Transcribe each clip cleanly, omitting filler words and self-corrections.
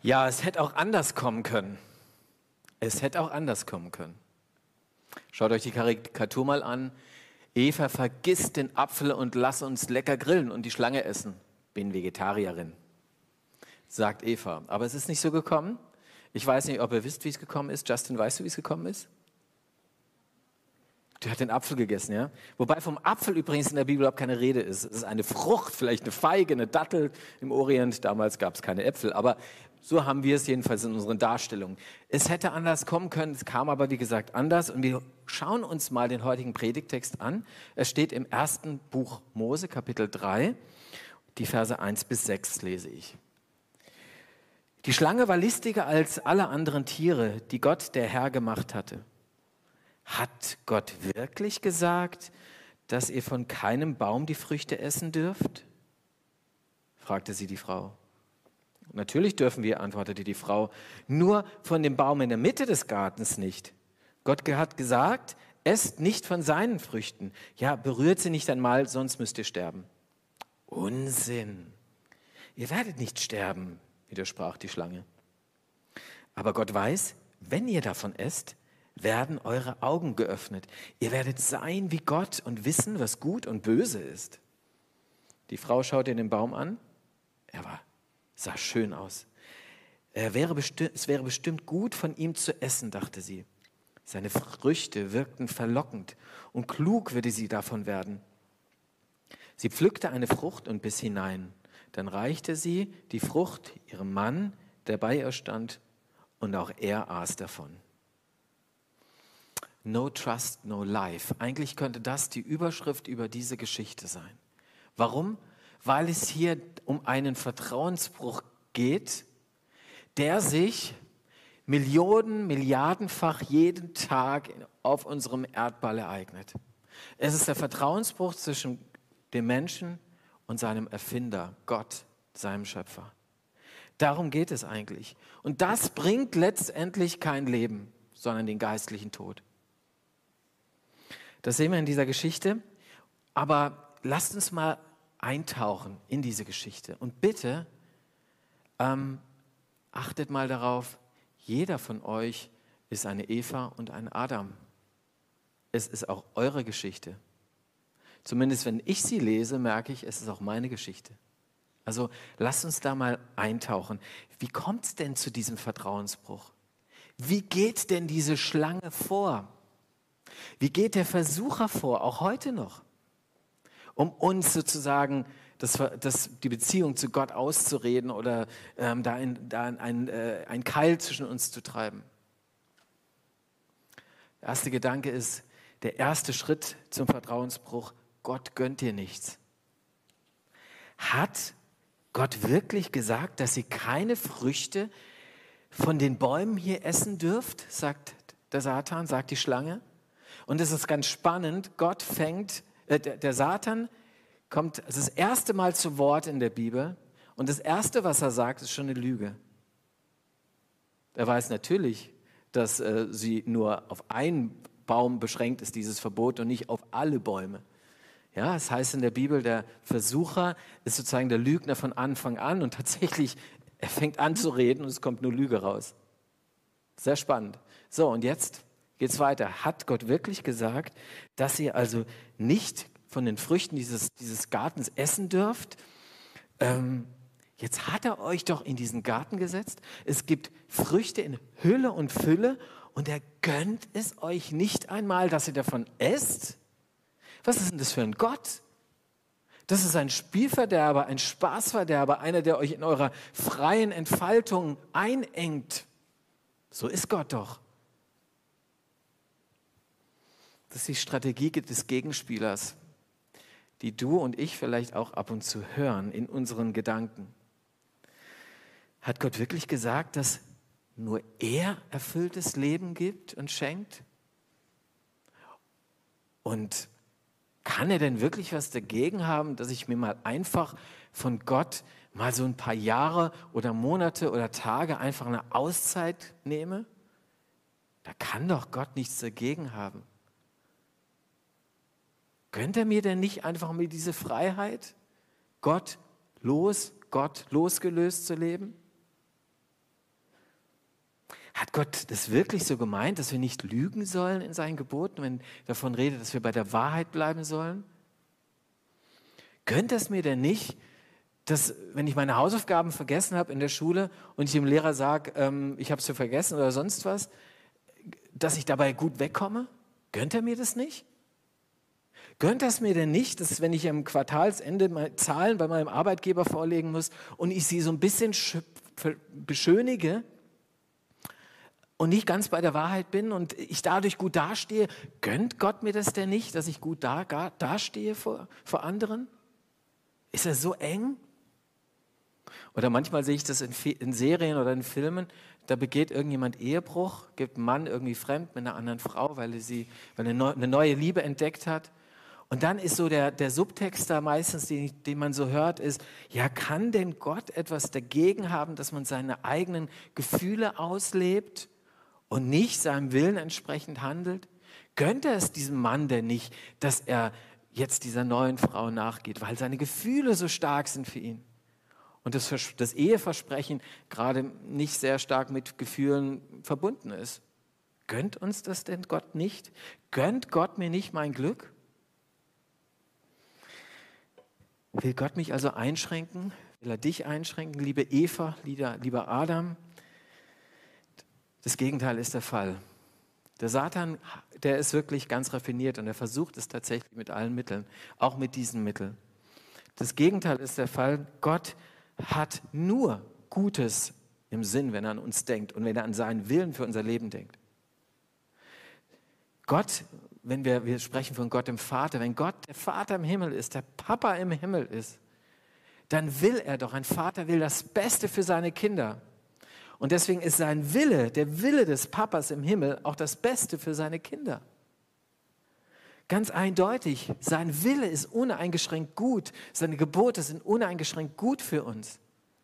Ja, es hätte auch anders kommen können. Es hätte auch anders kommen können. Schaut euch die Karikatur mal an. Eva, vergiss den Apfel und lass uns lecker grillen und die Schlange essen. Bin Vegetarierin, sagt Eva. Aber es ist nicht so gekommen. Ich weiß nicht, ob ihr wisst, wie es gekommen ist. Justin, weißt du, wie es gekommen ist? Der hat den Apfel gegessen, ja? Wobei vom Apfel übrigens in der Bibel überhaupt keine Rede ist. Es ist eine Frucht, vielleicht eine Feige, eine Dattel im Orient. Damals gab es keine Äpfel, aber so haben wir es jedenfalls in unseren Darstellungen. Es hätte anders kommen können, es kam aber wie gesagt anders. Und wir schauen uns mal den heutigen Predigttext an. Es steht im ersten Buch Mose, Kapitel 3, die Verse 1 bis 6 lese ich. Die Schlange war listiger als alle anderen Tiere, die Gott, der Herr, gemacht hatte. Hat Gott wirklich gesagt, dass ihr von keinem Baum die Früchte essen dürft? Fragte sie die Frau. Natürlich dürfen wir, antwortete die Frau, nur von dem Baum in der Mitte des Gartens nicht. Gott hat gesagt, esst nicht von seinen Früchten. Ja, berührt sie nicht einmal, sonst müsst ihr sterben. Unsinn. Ihr werdet nicht sterben, widersprach die Schlange. Aber Gott weiß, wenn ihr davon esst, werden eure Augen geöffnet. Ihr werdet sein wie Gott und wissen, was gut und böse ist. Die Frau schaute den Baum an. Sah schön aus. Es wäre bestimmt gut, von ihm zu essen, dachte sie. Seine Früchte wirkten verlockend und klug würde sie davon werden. Sie pflückte eine Frucht und biss hinein. Dann reichte sie die Frucht ihrem Mann, der bei ihr stand, und auch er aß davon. No Trust, No Life. Eigentlich könnte das die Überschrift über diese Geschichte sein. Warum? Weil es hier um einen Vertrauensbruch geht, der sich milliardenfach jeden Tag auf unserem Erdball ereignet. Es ist der Vertrauensbruch zwischen dem Menschen und seinem Erfinder, Gott, seinem Schöpfer. Darum geht es eigentlich. Und das bringt letztendlich kein Leben, sondern den geistlichen Tod. Das sehen wir in dieser Geschichte. Aber lasst uns mal eintauchen in diese Geschichte. Und bitte achtet mal darauf, jeder von euch ist eine Eva und ein Adam. Es ist auch eure Geschichte. Zumindest wenn ich sie lese, merke ich, es ist auch meine Geschichte. Also lasst uns da mal eintauchen. Wie kommt es denn zu diesem Vertrauensbruch? Wie geht denn diese Schlange vor? Wie geht der Versucher vor, auch heute noch, um uns sozusagen die Beziehung zu Gott auszureden oder ein Keil zwischen uns zu treiben? Der erste Gedanke ist, der erste Schritt zum Vertrauensbruch, Gott gönnt dir nichts. Hat Gott wirklich gesagt, dass ihr keine Früchte von den Bäumen hier essen dürft, sagt der Satan, sagt die Schlange. Und es ist ganz spannend, der Satan kommt das erste Mal zu Wort in der Bibel und das erste, was er sagt, ist schon eine Lüge. Er weiß natürlich, dass sie nur auf einen Baum beschränkt ist, dieses Verbot, und nicht auf alle Bäume. Ja, es heißt in der Bibel, der Versucher ist sozusagen der Lügner von Anfang an und tatsächlich, er fängt an zu reden und es kommt nur Lüge raus. Sehr spannend. So, und jetzt geht's weiter. Hat Gott wirklich gesagt, dass ihr also nicht von den Früchten dieses Gartens essen dürft? Jetzt hat er euch doch in diesen Garten gesetzt. Es gibt Früchte in Hülle und Fülle und er gönnt es euch nicht einmal, dass ihr davon esst? Was ist denn das für ein Gott? Das ist ein Spielverderber, ein Spaßverderber, einer, der euch in eurer freien Entfaltung einengt. So ist Gott doch. Das ist die Strategie des Gegenspielers, die du und ich vielleicht auch ab und zu hören in unseren Gedanken. Hat Gott wirklich gesagt, dass nur er erfülltes Leben gibt und schenkt? Und kann er denn wirklich was dagegen haben, dass ich mir mal einfach von Gott mal so ein paar Jahre oder Monate oder Tage einfach eine Auszeit nehme? Da kann doch Gott nichts dagegen haben. Gönnt er mir denn nicht einfach mal diese Freiheit, Gott losgelöst zu leben? Hat Gott das wirklich so gemeint, dass wir nicht lügen sollen in seinen Geboten, wenn davon redet, dass wir bei der Wahrheit bleiben sollen? Gönnt es mir denn nicht, dass, wenn ich meine Hausaufgaben vergessen habe in der Schule und ich dem Lehrer sage, ich habe es vergessen oder sonst was, dass ich dabei gut wegkomme? Gönnt er mir das nicht? Gönnt es mir denn nicht, dass wenn ich am Quartalsende mal Zahlen bei meinem Arbeitgeber vorlegen muss und ich sie so ein bisschen beschönige und nicht ganz bei der Wahrheit bin und ich dadurch gut dastehe, gönnt Gott mir das denn nicht, dass ich gut dastehe vor anderen? Ist er so eng? Oder manchmal sehe ich das in Serien oder in Filmen, da begeht irgendjemand Ehebruch, gibt ein Mann irgendwie fremd mit einer anderen Frau, weil er eine neue Liebe entdeckt hat. Und dann ist so der Subtext da meistens, den man so hört, ist, ja, kann denn Gott etwas dagegen haben, dass man seine eigenen Gefühle auslebt und nicht seinem Willen entsprechend handelt? Könnte es diesem Mann denn nicht, dass er jetzt dieser neuen Frau nachgeht, weil seine Gefühle so stark sind für ihn? Und das Eheversprechen gerade nicht sehr stark mit Gefühlen verbunden ist. Gönnt uns das denn Gott nicht? Gönnt Gott mir nicht mein Glück? Will Gott mich also einschränken? Will er dich einschränken, liebe Eva, lieber Adam? Das Gegenteil ist der Fall. Der Satan, der ist wirklich ganz raffiniert und er versucht es tatsächlich mit allen Mitteln, auch mit diesen Mitteln. Das Gegenteil ist der Fall. Gott hat nur Gutes im Sinn, wenn er an uns denkt und wenn er an seinen Willen für unser Leben denkt. Gott, wenn wir sprechen von Gott dem Vater, wenn Gott der Vater im Himmel ist, der Papa im Himmel ist, dann will er doch, ein Vater will das Beste für seine Kinder. Und deswegen ist sein Wille, der Wille des Papas im Himmel, auch das Beste für seine Kinder. Ganz eindeutig, sein Wille ist uneingeschränkt gut, seine Gebote sind uneingeschränkt gut für uns.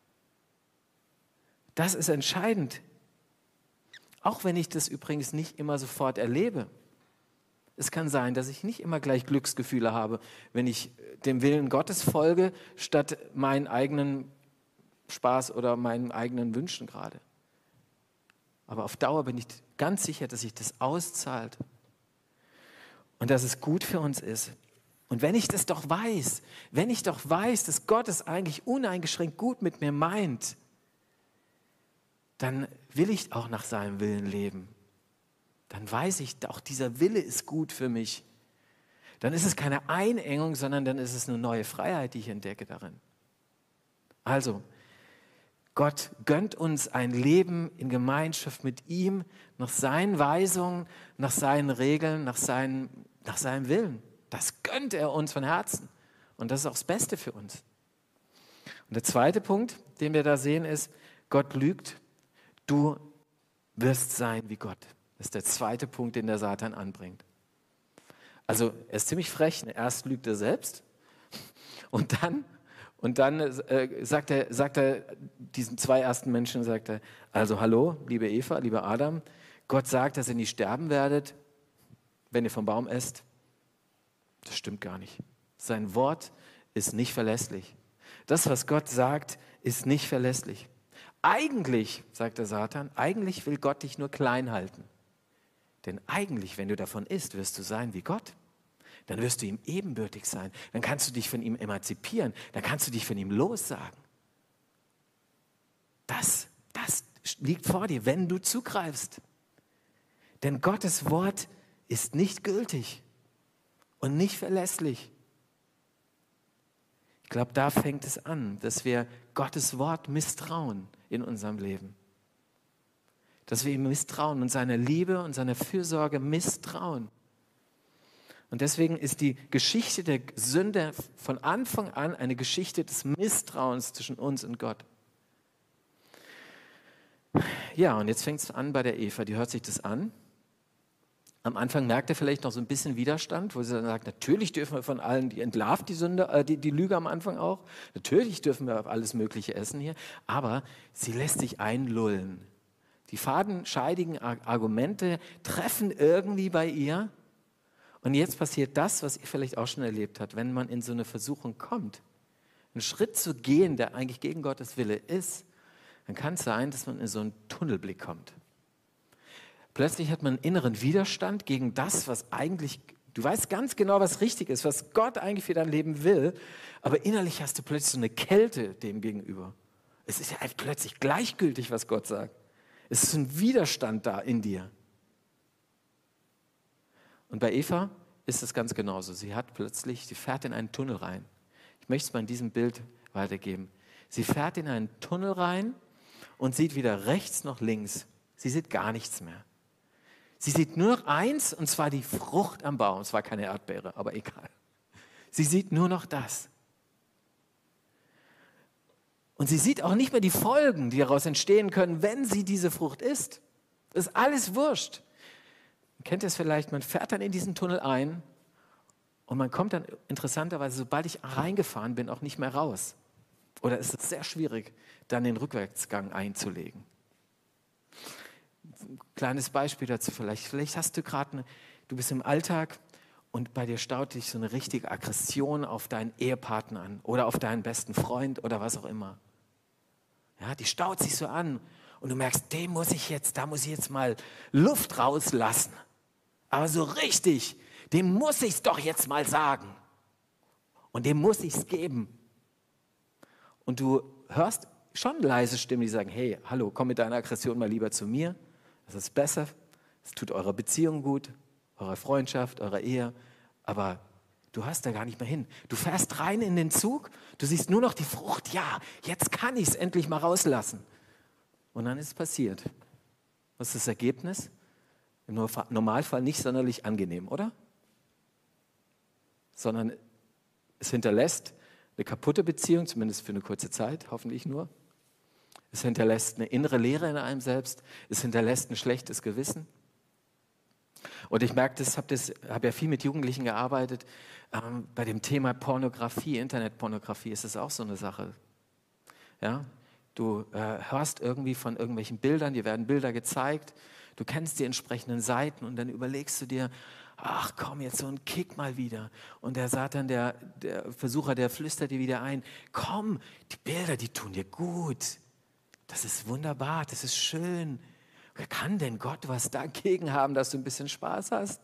Das ist entscheidend. Auch wenn ich das übrigens nicht immer sofort erlebe. Es kann sein, dass ich nicht immer gleich Glücksgefühle habe, wenn ich dem Willen Gottes folge, statt meinen eigenen Spaß oder meinen eigenen Wünschen gerade. Aber auf Dauer bin ich ganz sicher, dass sich das auszahlt und dass es gut für uns ist. Und wenn ich das doch weiß, wenn ich doch weiß, dass Gott es eigentlich uneingeschränkt gut mit mir meint, dann will ich auch nach seinem Willen leben. Dann weiß ich, auch dieser Wille ist gut für mich. Dann ist es keine Einengung, sondern dann ist es eine neue Freiheit, die ich entdecke darin. Also, Gott gönnt uns ein Leben in Gemeinschaft mit ihm, nach seinen Weisungen, nach seinen Regeln, nach seinem Willen. Das gönnt er uns von Herzen. Und das ist auch das Beste für uns. Und der zweite Punkt, den wir da sehen, ist, Gott lügt, du wirst sein wie Gott. Das ist der zweite Punkt, den der Satan anbringt. Also er ist ziemlich frech. Erst lügt er selbst und dann sagt er diesen zwei ersten Menschen, sagt er, also hallo, liebe Eva, lieber Adam, Gott sagt, dass ihr nicht sterben werdet, wenn ihr vom Baum esst. Das stimmt gar nicht. Sein Wort ist nicht verlässlich. Das, was Gott sagt, ist nicht verlässlich. Eigentlich, sagt der Satan, eigentlich will Gott dich nur klein halten. Denn eigentlich, wenn du davon isst, wirst du sein wie Gott. Dann wirst du ihm ebenbürtig sein. Dann kannst du dich von ihm emanzipieren. Dann kannst du dich von ihm lossagen. Das liegt vor dir, wenn du zugreifst. Denn Gottes Wort ist nicht gültig und nicht verlässlich. Ich glaube, da fängt es an, dass wir Gottes Wort misstrauen in unserem Leben. Dass wir ihm misstrauen und seiner Liebe und seiner Fürsorge misstrauen. Und deswegen ist die Geschichte der Sünde von Anfang an eine Geschichte des Misstrauens zwischen uns und Gott. Ja, und jetzt fängt es an bei der Eva, die hört sich das an. Am Anfang merkt er vielleicht noch so ein bisschen Widerstand, wo sie dann sagt, natürlich dürfen wir von allen, die entlarvt die Sünde, die Lüge am Anfang auch, natürlich dürfen wir alles Mögliche essen hier, aber sie lässt sich einlullen. Die fadenscheidigen Argumente treffen irgendwie bei ihr. Und jetzt passiert das, was ihr vielleicht auch schon erlebt habt, wenn man in so eine Versuchung kommt, einen Schritt zu gehen, der eigentlich gegen Gottes Wille ist, dann kann es sein, dass man in so einen Tunnelblick kommt. Plötzlich hat man einen inneren Widerstand gegen das, was eigentlich, du weißt ganz genau, was richtig ist, was Gott eigentlich für dein Leben will, aber innerlich hast du plötzlich so eine Kälte dem gegenüber. Es ist ja plötzlich gleichgültig, was Gott sagt. Es ist ein Widerstand da in dir. Und bei Eva ist es ganz genauso. Sie fährt in einen Tunnel rein. Ich möchte es mal in diesem Bild weitergeben. Sie fährt in einen Tunnel rein und sieht weder rechts noch links. Sie sieht gar nichts mehr. Sie sieht nur noch eins, und zwar die Frucht am Baum. Es war keine Erdbeere, aber egal. Sie sieht nur noch das. Und sie sieht auch nicht mehr die Folgen, die daraus entstehen können, wenn sie diese Frucht isst. Das ist alles wurscht. Man kennt es vielleicht, man fährt dann in diesen Tunnel ein und man kommt dann interessanterweise, sobald ich reingefahren bin, auch nicht mehr raus. Oder es ist sehr schwierig, dann den Rückwärtsgang einzulegen. Ein kleines Beispiel dazu vielleicht. Vielleicht hast du gerade, du bist im Alltag und bei dir staut sich so eine richtige Aggression auf deinen Ehepartner an oder auf deinen besten Freund oder was auch immer. Ja, die staut sich so an und du merkst, da muss ich jetzt mal Luft rauslassen. Aber so richtig, dem muss ich es doch jetzt mal sagen. Und dem muss ich es geben. Und du hörst schon leise Stimmen, die sagen, hey, hallo, komm mit deiner Aggression mal lieber zu mir. Das ist besser, es tut eurer Beziehung gut, eurer Freundschaft, eurer Ehe. Aber du hörst da gar nicht mehr hin. Du fährst rein in den Zug, du siehst nur noch die Frucht. Ja, jetzt kann ich es endlich mal rauslassen. Und dann ist es passiert. Was ist das Ergebnis? Im Normalfall nicht sonderlich angenehm, oder? Sondern es hinterlässt eine kaputte Beziehung, zumindest für eine kurze Zeit, hoffentlich nur. Es hinterlässt eine innere Leere in einem selbst. Es hinterlässt ein schlechtes Gewissen. Und ich merke das, habe ja viel mit Jugendlichen gearbeitet. Bei dem Thema Pornografie, Internetpornografie ist es auch so eine Sache. Ja? Du hörst irgendwie von irgendwelchen Bildern, dir werden Bilder gezeigt. Du kennst die entsprechenden Seiten und dann überlegst du dir, ach komm, jetzt so ein Kick mal wieder. Und der Satan, der Versucher, der flüstert dir wieder ein, komm, die Bilder, die tun dir gut. Das ist wunderbar, das ist schön. Wer kann denn Gott was dagegen haben, dass du ein bisschen Spaß hast?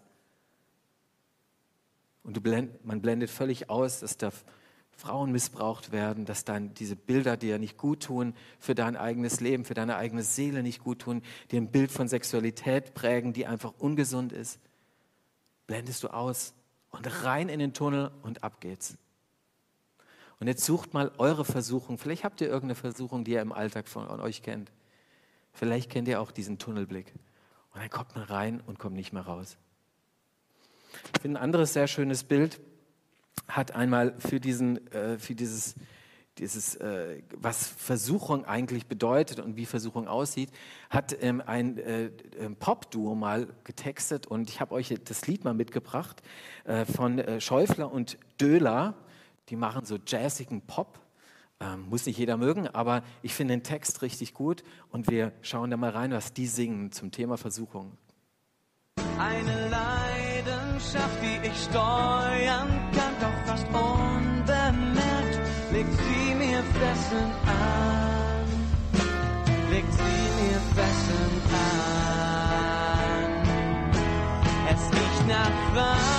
Und man blendet völlig aus, dass da Frauen missbraucht werden, dass dann diese Bilder dir nicht gut tun, für dein eigenes Leben, für deine eigene Seele nicht gut tun, dir ein Bild von Sexualität prägen, die einfach ungesund ist. Blendest du aus und rein in den Tunnel und ab geht's. Und jetzt sucht mal eure Versuchung. Vielleicht habt ihr irgendeine Versuchung, die ihr im Alltag von euch kennt. Vielleicht kennt ihr auch diesen Tunnelblick. Und dann kommt man rein und kommt nicht mehr raus. Ich finde, ein anderes sehr schönes Bild hat einmal für dieses, was Versuchung eigentlich bedeutet und wie Versuchung aussieht, hat ein Popduo mal getextet und ich habe euch das Lied mal mitgebracht von Schäufler und Döhler. Die machen so jazzigen Pop. Muss nicht jeder mögen, aber ich finde den Text richtig gut und wir schauen da mal rein, was die singen zum Thema Versuchung. Eine Leidenschaft, die ich steuern kann, doch fast unbemerkt, legt sie mir Fesseln an, legt sie mir Fesseln an. Es riecht nach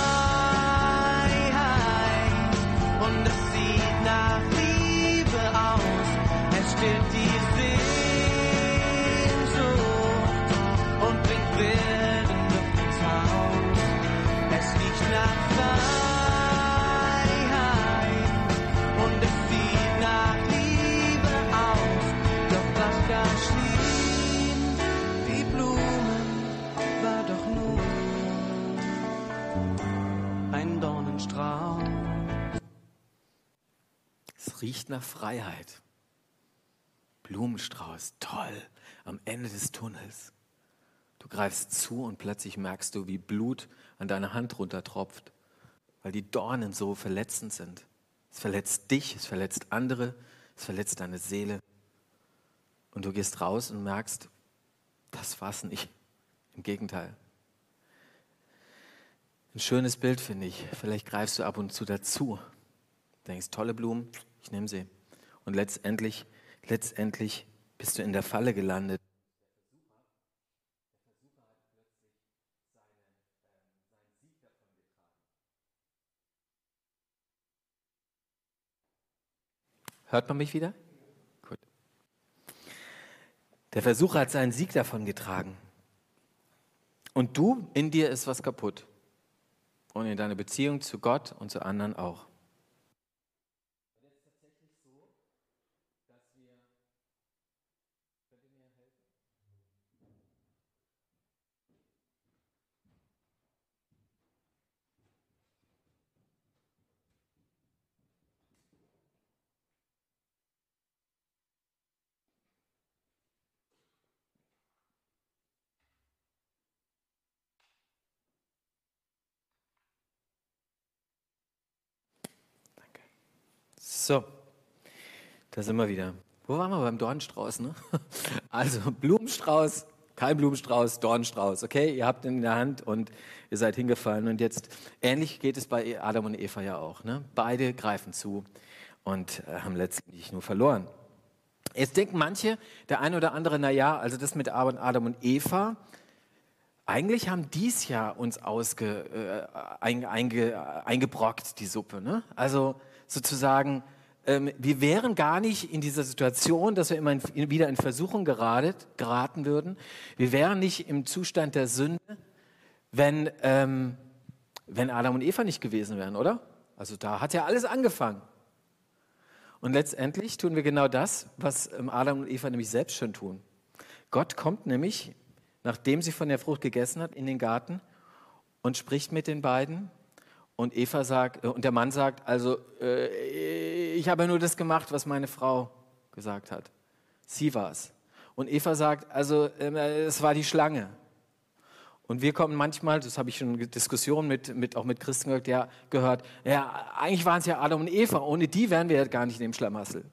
Freiheit und es sieht nach Liebe aus, es stillt die Sehnsucht und bringt wilden Luft ins Haus. Es riecht nach Freiheit und es sieht nach Liebe aus, doch was da schien, die Blumen, war doch nur ein Dornenstrauß. Es riecht nach Freiheit. Blumenstrauß, toll, am Ende des Tunnels. Du greifst zu und plötzlich merkst du, wie Blut an deiner Hand runtertropft, weil die Dornen so verletzend sind. Es verletzt dich, es verletzt andere, es verletzt deine Seele. Und du gehst raus und merkst, das war's nicht. Im Gegenteil. Ein schönes Bild, finde ich. Vielleicht greifst du ab und zu dazu. Denkst, tolle Blumen, ich nehme sie. Und letztendlich bist du in der Falle gelandet. Hört man mich wieder? Gut. Der Versucher hat seinen Sieg davongetragen. Und du, in dir ist was kaputt. Und in deiner Beziehung zu Gott und zu anderen auch. So, da sind wir wieder. Wo waren wir? Beim Dornstrauß, ne? Also Blumenstrauß, kein Blumenstrauß, Dornstrauß. Okay, ihr habt ihn in der Hand und ihr seid hingefallen. Und jetzt, ähnlich geht es bei Adam und Eva ja auch. Ne? Beide greifen zu und haben letztendlich nur verloren. Jetzt denken manche, der eine oder andere, naja, also das mit Adam und Eva, eigentlich haben dies ja uns eingebrockt, die Suppe. Ne? Also sozusagen, wir wären gar nicht in dieser Situation, dass wir immer wieder in Versuchung geraten würden. Wir wären nicht im Zustand der Sünde, wenn Adam und Eva nicht gewesen wären, oder? Also da hat ja alles angefangen. Und letztendlich tun wir genau das, was Adam und Eva nämlich selbst schon tun. Gott kommt nämlich, nachdem sie von der Frucht gegessen hat, in den Garten und spricht mit den beiden. Und und der Mann sagt, also ich habe nur das gemacht, was meine Frau gesagt hat. Sie war es. Und Eva sagt, also es war die Schlange. Und wir kommen manchmal, das habe ich schon in Diskussionen auch mit Christen gehört, ja, eigentlich waren es ja Adam und Eva, ohne die wären wir ja gar nicht in dem Schlamassel.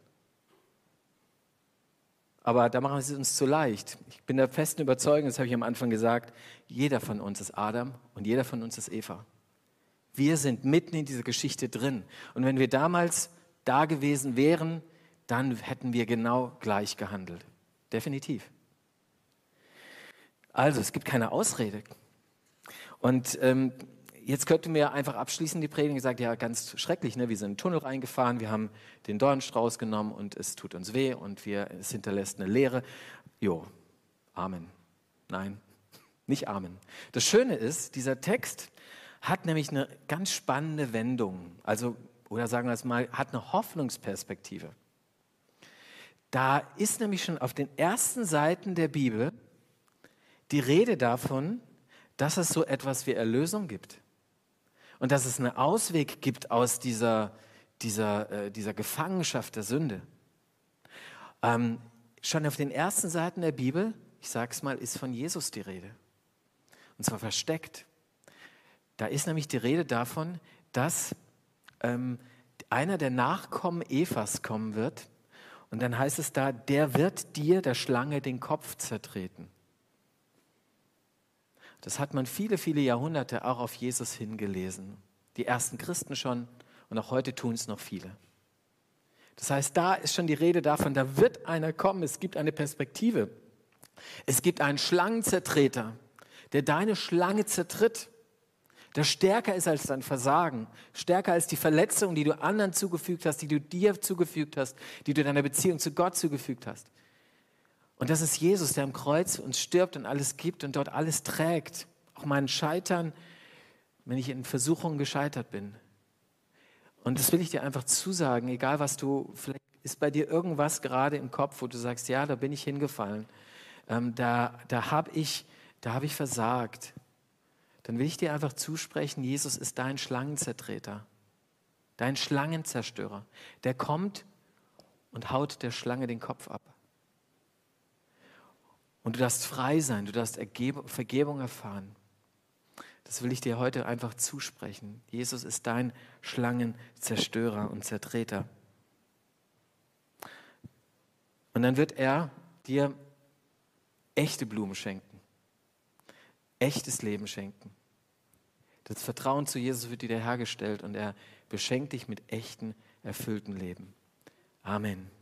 Aber da machen wir es uns zu leicht. Ich bin der festen Überzeugung, das habe ich am Anfang gesagt, jeder von uns ist Adam und jeder von uns ist Eva. Wir sind mitten in dieser Geschichte drin. Und wenn wir damals da gewesen wären, dann hätten wir genau gleich gehandelt. Definitiv. Also, es gibt keine Ausrede. Und jetzt könnten wir einfach abschließen die Predigt und gesagt, ja, ganz schrecklich, ne? Wir sind in den Tunnel reingefahren, wir haben den Dornstrauß genommen und es tut uns weh und es hinterlässt eine Leere. Jo, Amen. Nein, nicht Amen. Das Schöne ist, dieser Text hat nämlich eine ganz spannende Wendung. Also, oder sagen wir es mal, hat eine Hoffnungsperspektive. Da ist nämlich schon auf den ersten Seiten der Bibel die Rede davon, dass es so etwas wie Erlösung gibt. Und dass es einen Ausweg gibt aus dieser Gefangenschaft der Sünde. Schon auf den ersten Seiten der Bibel, ich sage es mal, ist von Jesus die Rede. Und zwar versteckt. Da ist nämlich die Rede davon, dass einer der Nachkommen Evas kommen wird. Und dann heißt es da, der wird dir, der Schlange, den Kopf zertreten. Das hat man viele, viele Jahrhunderte auch auf Jesus hingelesen. Die ersten Christen schon und auch heute tun es noch viele. Das heißt, da ist schon die Rede davon, da wird einer kommen, es gibt eine Perspektive. Es gibt einen Schlangenzertreter, der deine Schlange zertritt, der stärker ist als dein Versagen, stärker als die Verletzung, die du anderen zugefügt hast, die du dir zugefügt hast, die du deiner Beziehung zu Gott zugefügt hast. Und das ist Jesus, der am Kreuz uns stirbt und alles gibt und dort alles trägt. Auch mein Scheitern, wenn ich in Versuchungen gescheitert bin. Und das will ich dir einfach zusagen, egal was vielleicht ist bei dir irgendwas gerade im Kopf, wo du sagst, ja, da bin ich hingefallen. Da habe ich versagt. Dann will ich dir einfach zusprechen, Jesus ist dein Schlangenzertreter, dein Schlangenzerstörer. Der kommt und haut der Schlange den Kopf ab. Und du darfst frei sein, du darfst Vergebung erfahren. Das will ich dir heute einfach zusprechen. Jesus ist dein Schlangenzerstörer und Zertreter. Und dann wird er dir echte Blumen schenken, echtes Leben schenken. Das Vertrauen zu Jesus wird dir hergestellt und er beschenkt dich mit echten, erfüllten Leben. Amen.